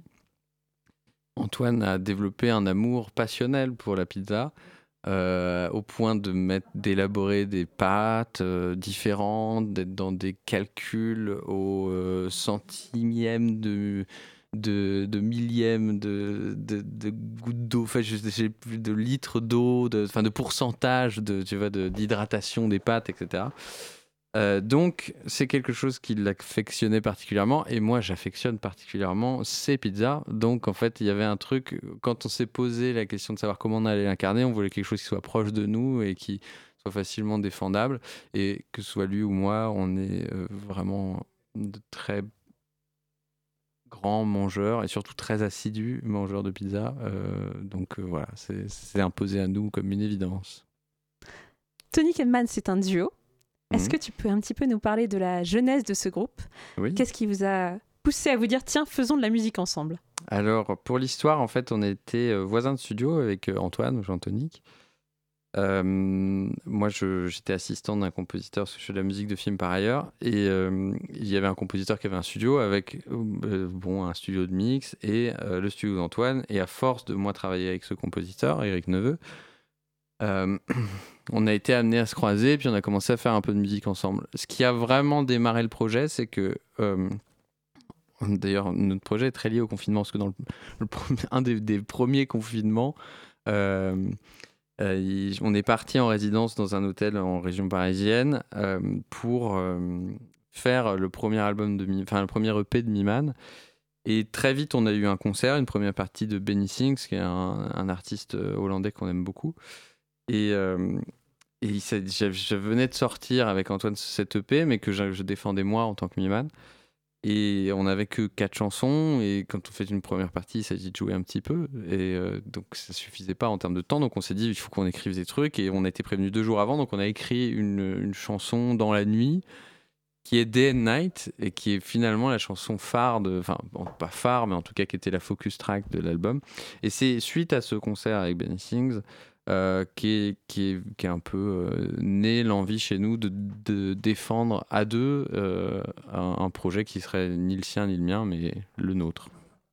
Antoine a développé un amour passionnel pour la pizza, euh, au point de mettre, d'élaborer des pâtes euh, différentes, d'être dans des calculs au euh, centimième de... De, de millièmes de, de, de gouttes d'eau, enfin, je sais plus, de litres d'eau, de, enfin, de pourcentage de, tu vois, de, d'hydratation des pâtes, et cetera. Euh, donc, c'est quelque chose qu'il affectionnait particulièrement, et moi, j'affectionne particulièrement ces pizzas. Donc, en fait, il y avait un truc, quand on s'est posé la question de savoir comment on allait l'incarner, on voulait quelque chose qui soit proche de nous et qui soit facilement défendable, et que ce soit lui ou moi, on est euh, vraiment de très grand mangeur et surtout très assidu mangeur de pizza. Euh, donc euh, voilà, c'est, c'est imposé à nous comme une évidence. Tonic and Man, c'est un duo. Mmh. Est-ce que tu peux un petit peu nous parler de la genèse de ce groupe ? Oui. Qu'est-ce qui vous a poussé à vous dire, tiens, faisons de la musique ensemble ? Alors, pour l'histoire, en fait, on était voisins de studio avec Antoine, Jean Tonic. Euh, moi, je, j'étais assistant d'un compositeur, parce que je fais de la musique de film par ailleurs, et euh, il y avait un compositeur qui avait un studio avec euh, bon, un studio de mix et euh, le studio d'Antoine, et à force de moi travailler avec ce compositeur, Eric Neveu, euh, on a été amenés à se croiser, puis on a commencé à faire un peu de musique ensemble. Ce qui a vraiment démarré le projet, c'est que euh, d'ailleurs, notre projet est très lié au confinement, parce que dans le, le premier, un des, des premiers confinements, euh, Euh, il, on est parti en résidence dans un hôtel en région parisienne euh, pour euh, faire le premier album de, enfin le premier E P de Miman. Et très vite, on a eu un concert, une première partie de Benny Sings, qui est un, un artiste hollandais qu'on aime beaucoup. Et, euh, et il, je, je venais de sortir avec Antoine cet E P, mais que je, je défendais moi en tant que Miman. Et on n'avait que quatre chansons, et quand on fait une première partie, il s'agit de jouer un petit peu, et euh, donc ça suffisait pas en termes de temps, donc on s'est dit il faut qu'on écrive des trucs, et on a été prévenus deux jours avant, donc on a écrit une, une chanson dans la nuit, qui est Day and Night, et qui est finalement la chanson phare, de, enfin bon, pas phare, mais en tout cas qui était la focus track de l'album, et c'est suite à ce concert avec Benny Sings, Euh, qui, est, qui, est, qui est un peu euh, né l'envie chez nous de, de défendre à deux euh, un, un projet qui serait ni le sien ni le mien, mais le nôtre.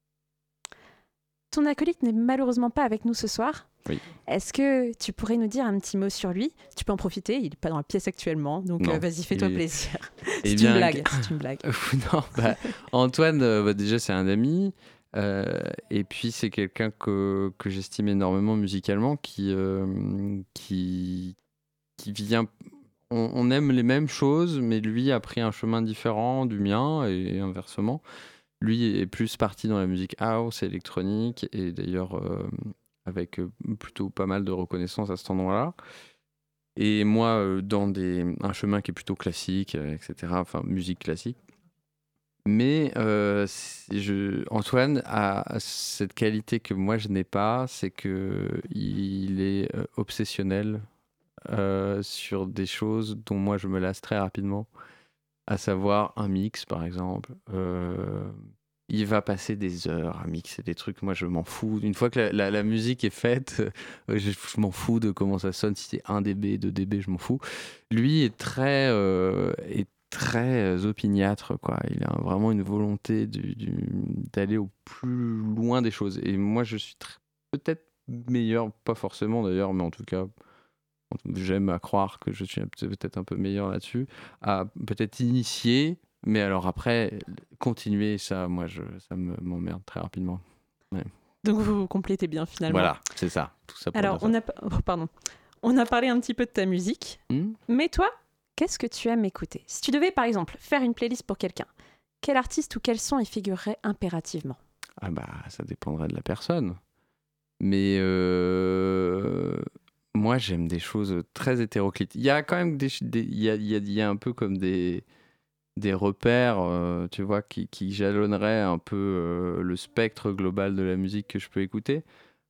Ton acolyte n'est malheureusement pas avec nous ce soir. Oui. Est-ce que tu pourrais nous dire un petit mot sur lui ? Tu peux en profiter, il n'est pas dans la pièce actuellement, donc euh, vas-y, fais-toi est... plaisir. Eh c'est, bien, une blague, c'est une blague. non, bah, Antoine, euh, bah, déjà, c'est un ami. Euh, et puis c'est quelqu'un que, que j'estime énormément musicalement, qui, euh, qui, qui vient... On, on aime les mêmes choses, mais lui a pris un chemin différent du mien, et inversement. Lui est plus parti dans la musique house, électronique, et d'ailleurs euh, avec plutôt pas mal de reconnaissance à cet endroit-là. Et moi, euh, dans des, un chemin qui est plutôt classique, euh, et cetera, enfin musique classique. Mais euh, je, Antoine a cette qualité que moi je n'ai pas, c'est qu'il est obsessionnel euh, sur des choses dont moi je me lasse très rapidement, à savoir un mix par exemple. Euh, il va passer des heures à mixer des trucs, moi je m'en fous. Une fois que la, la, la musique est faite, euh, je, je m'en fous de comment ça sonne, si c'est un décibel, deux décibels, je m'en fous. Lui est très, euh, est très opiniâtre, quoi. Il a vraiment une volonté du, du, d'aller au plus loin des choses. Et moi je suis très, peut-être meilleur, pas forcément d'ailleurs, mais en tout cas, j'aime à croire que je suis peut-être un peu meilleur là-dessus, à peut-être initier. Mais alors après, continuer, ça, moi, je, ça me, m'emmerde très rapidement. Ouais. Donc vous vous complétez bien finalement. Voilà, c'est ça. Tout ça pour alors, on a, oh, pardon. on a parlé un petit peu de ta musique. Mmh. Mais toi, qu'est-ce que tu aimes écouter ? Si tu devais, par exemple, faire une playlist pour quelqu'un, quel artiste ou quel son y figurerait impérativement ? Ah bah, ça dépendrait de la personne. Mais euh, moi, j'aime des choses très hétéroclites. Il y a quand même des... des il, y a, il, y a, il y a un peu comme des... des repères, euh, tu vois, qui, qui jalonneraient un peu euh, le spectre global de la musique que je peux écouter.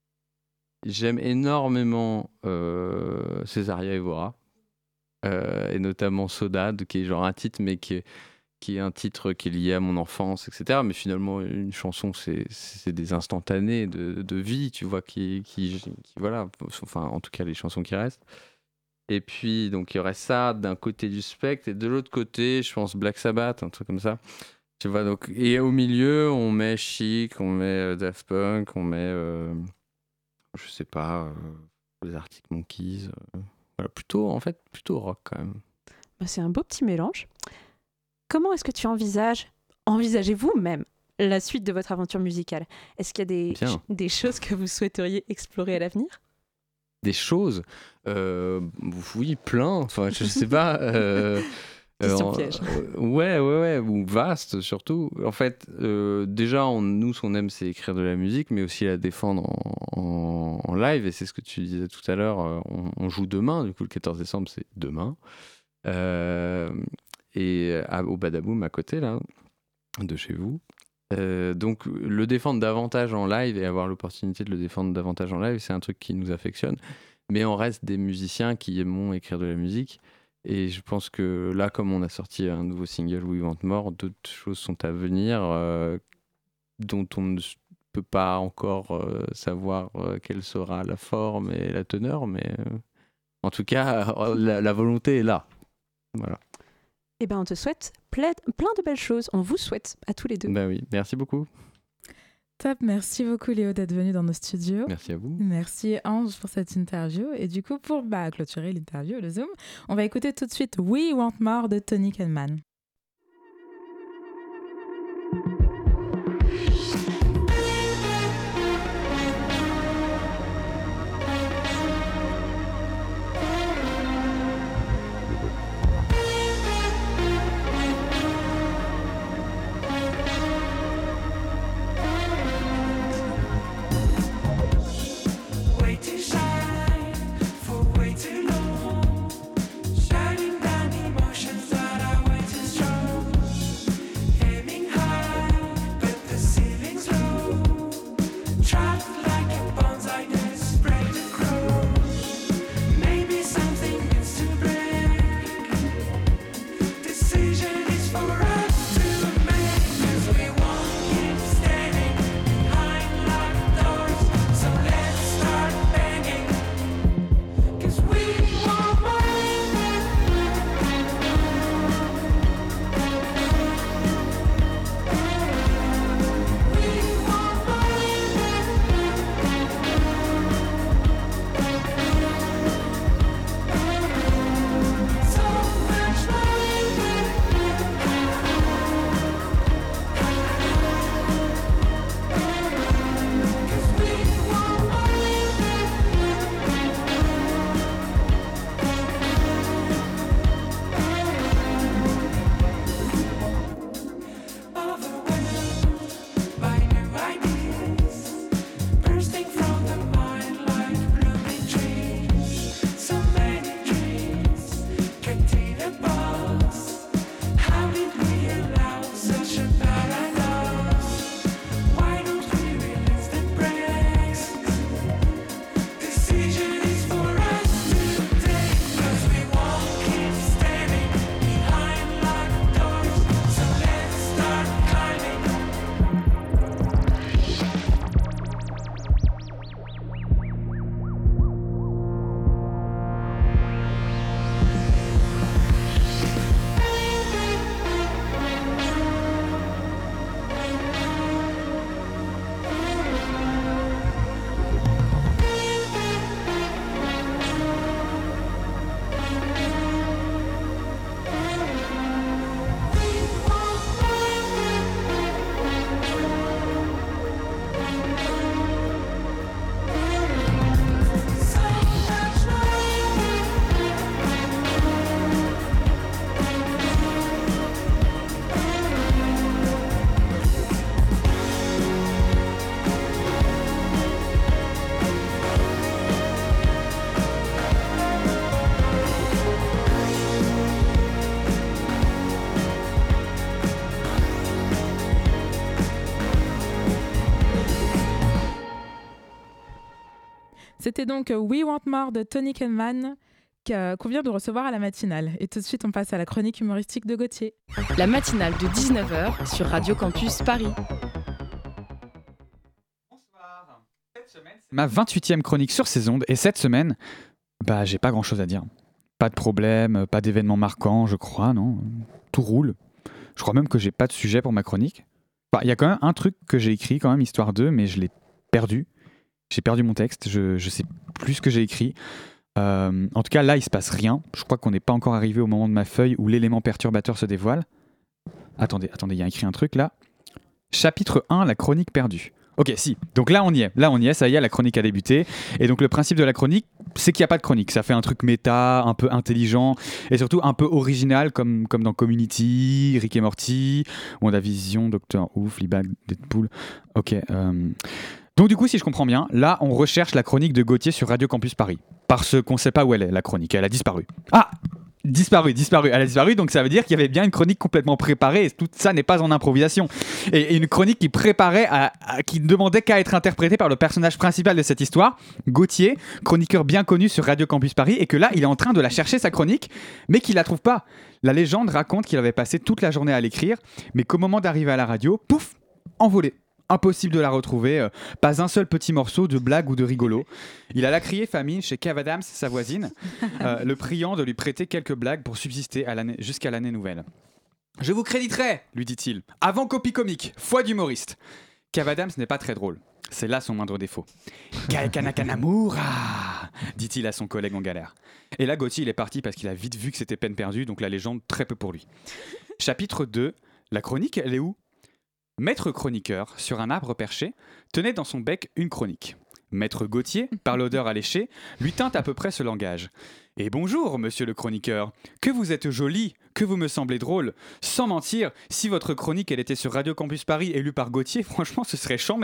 J'aime énormément euh, Césaria Evora, euh, et notamment Sodade, qui est genre un titre, mais qui est, qui est un titre qui est lié à mon enfance, et cetera. Mais finalement, une chanson, c'est, c'est des instantanés de, de vie, tu vois, qui, qui, qui, voilà, enfin, en tout cas, les chansons qui restent. Et puis, donc, il y aurait ça d'un côté du spectre, et de l'autre côté, je pense Black Sabbath, un truc comme ça. Tu vois, donc, et au milieu, on met Chic, on met euh, Daft Punk, on met, euh, je sais pas, euh, les Arctic Monkeys. Euh, voilà, plutôt, en fait, plutôt rock quand même. Bah, c'est un beau petit mélange. Comment est-ce que tu envisages, envisagez-vous même, la suite de votre aventure musicale ? Est-ce qu'il y a des, ch- des choses que vous souhaiteriez explorer à l'avenir ? Des choses, euh, oui, plein, enfin, je sais pas. Euh, Question euh, piège. Euh, ouais, ouais, ouais, ou vaste surtout. En fait, euh, déjà, on, nous, ce qu'on aime, c'est écrire de la musique, mais aussi la défendre en, en, en live. Et c'est ce que tu disais tout à l'heure, euh, on, on joue demain, du coup, le quatorze décembre, c'est demain. Euh, et à, au Badaboom, à côté, là, de chez vous. Euh, donc le défendre davantage en live et avoir l'opportunité de le défendre davantage en live, c'est un truc qui nous affectionne, mais on reste des musiciens qui aiment écrire de la musique, et je pense que là, comme on a sorti un nouveau single We Want More, d'autres choses sont à venir euh, dont on ne peut pas encore euh, savoir euh, quelle sera la forme et la teneur, mais euh, en tout cas la, la volonté est là. Voilà. Eh ben, on te souhaite plein, plein de belles choses. On vous souhaite à tous les deux. Bah oui, merci beaucoup. Top, merci beaucoup Léo d'être venu dans nos studios. Merci à vous. Merci Ange pour cette interview. Et du coup, pour bah, clôturer l'interview, le Zoom, on va écouter tout de suite We Want More de Tony Kellman. Shining down emotions that I wait to C'était donc We Want More de Tony Kenman qu'on vient de recevoir à la matinale. Et tout de suite, on passe à la chronique humoristique de Gauthier. La matinale de dix-neuf heures sur Radio Campus Paris. Bonsoir. Cette semaine, c'est ma vingt-huitième chronique sur ces ondes. Et cette semaine, bah, j'ai pas grand-chose à dire. Pas de problème, pas d'événement marquant, je crois, non. Tout roule. Je crois même que j'ai pas de sujet pour ma chronique. Il enfin, y a quand même un truc que j'ai écrit, quand même, histoire d'eux, mais je l'ai perdu. J'ai perdu mon texte, je, je sais plus ce que j'ai écrit. Euh, en tout cas, là, il se passe rien. Je crois qu'on n'est pas encore arrivé au moment de ma feuille où l'élément perturbateur se dévoile. Attendez, attendez, il y a écrit un truc là. Chapitre un, la chronique perdue. Ok, si. Donc là, on y est. Là, on y est. Ça y est, la chronique a débuté. Et donc, le principe de la chronique, c'est qu'il n'y a pas de chronique. Ça fait un truc méta, un peu intelligent et surtout un peu original, comme, comme dans Community, Rick et Morty, WandaVision, Doctor Who, Fleabag, Deadpool. Ok. Euh... Donc, du coup, si je comprends bien, là, on recherche la chronique de Gauthier sur Radio Campus Paris. Parce qu'on ne sait pas où elle est, la chronique. Elle a disparu. Ah! Disparu, disparu, elle a disparu, donc ça veut dire qu'il y avait bien une chronique complètement préparée et tout ça n'est pas en improvisation. Et, et une chronique qui préparait, à, à, qui ne demandait qu'à être interprétée par le personnage principal de cette histoire, Gauthier, chroniqueur bien connu sur Radio Campus Paris, et que là il est en train de la chercher sa chronique, mais qu'il la trouve pas. La légende raconte qu'il avait passé toute la journée à l'écrire, mais qu'au moment d'arriver à la radio, pouf, envolé. Impossible de la retrouver, euh, pas un seul petit morceau de blague ou de rigolo. Il alla crier famine chez Kev Adams, sa voisine, euh, le priant de lui prêter quelques blagues pour subsister à l'année, jusqu'à l'année nouvelle. « Je vous créditerai, lui dit-il, avant copie comique, foi d'humoriste. » Kev Adams n'est pas très drôle. C'est là son moindre défaut. « Kaekanakanamura !» dit-il à son collègue en galère. Et là, Gauthier, il est parti parce qu'il a vite vu que c'était peine perdue, donc la légende, très peu pour lui. Chapitre deux. La chronique, elle est où ? Maître chroniqueur, sur un arbre perché, tenait dans son bec une chronique. Maître Gauthier, par l'odeur alléchée, lui tint à peu près ce langage. « Et bonjour, monsieur le chroniqueur, que vous êtes joli, que vous me semblez drôle. Sans mentir, si votre chronique elle était sur Radio Campus Paris et lue par Gauthier, franchement, ce serait chambé. »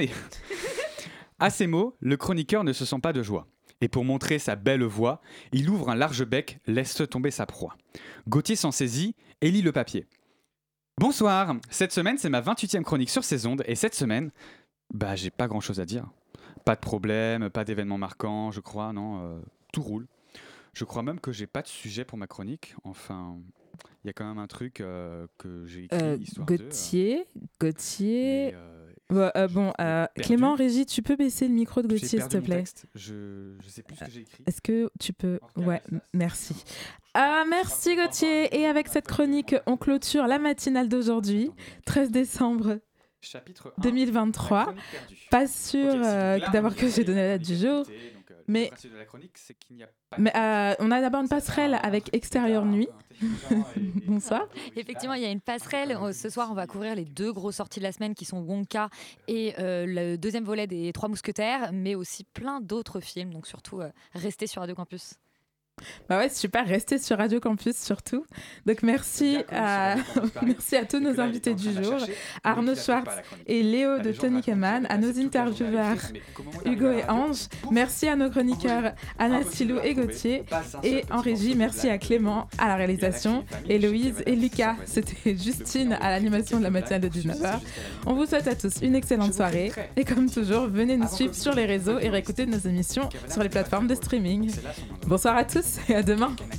À ces mots, le chroniqueur ne se sent pas de joie. Et pour montrer sa belle voix, il ouvre un large bec, laisse tomber sa proie. Gauthier s'en saisit et lit le papier. Bonsoir, cette semaine c'est ma vingt-huitième chronique sur ces ondes et cette semaine, bah j'ai pas grand chose à dire. Pas de problème, pas d'événement marquant, je crois, non, euh, tout roule. Je crois même que j'ai pas de sujet pour ma chronique, enfin, il y a quand même un truc euh, que j'ai écrit, euh, histoire Gauthier, de... Euh, Gauthier... mais, euh, ouais, euh, bon, euh, Clément, Régie, tu peux baisser le micro de Gauthier, s'il te plaît ? je, je sais plus ce que j'ai écrit. Est-ce que tu peux... Ouais, merci. Ah, merci Gauthier. Et avec cette chronique, on clôture la matinale d'aujourd'hui, treize décembre deux mille vingt-trois. Pas sûr okay, euh, d'abord que j'ai donné la date du jour, donc, euh, mais, mais euh, on a d'abord une passerelle avec Extérieur Nuit. Bonsoir. Effectivement, il y a une passerelle. Ce soir, on va couvrir les deux grosses sorties de la semaine qui sont Wonka et euh, le deuxième volet des Trois Mousquetaires, mais aussi plein d'autres films. Donc surtout, euh, restez sur Radio Campus. Bah ouais, super, restez sur Radio Campus surtout. Donc merci à, merci à tous nos invités du jour, Arnaud Schwartz et Léo de Tony Kenman, à nos intervieweurs Hugo et Ange. Merci à nos chroniqueurs Anna Silou et Gauthier. Et en régie, merci à Clément à la réalisation, Héloïse et Lucas. C'était Justine à l'animation de la matinale de dix-neuf heures. On vous souhaite à tous une excellente soirée. Et comme toujours, venez nous suivre sur les réseaux et réécouter nos émissions sur les plateformes de streaming. Bonsoir à tous et à demain.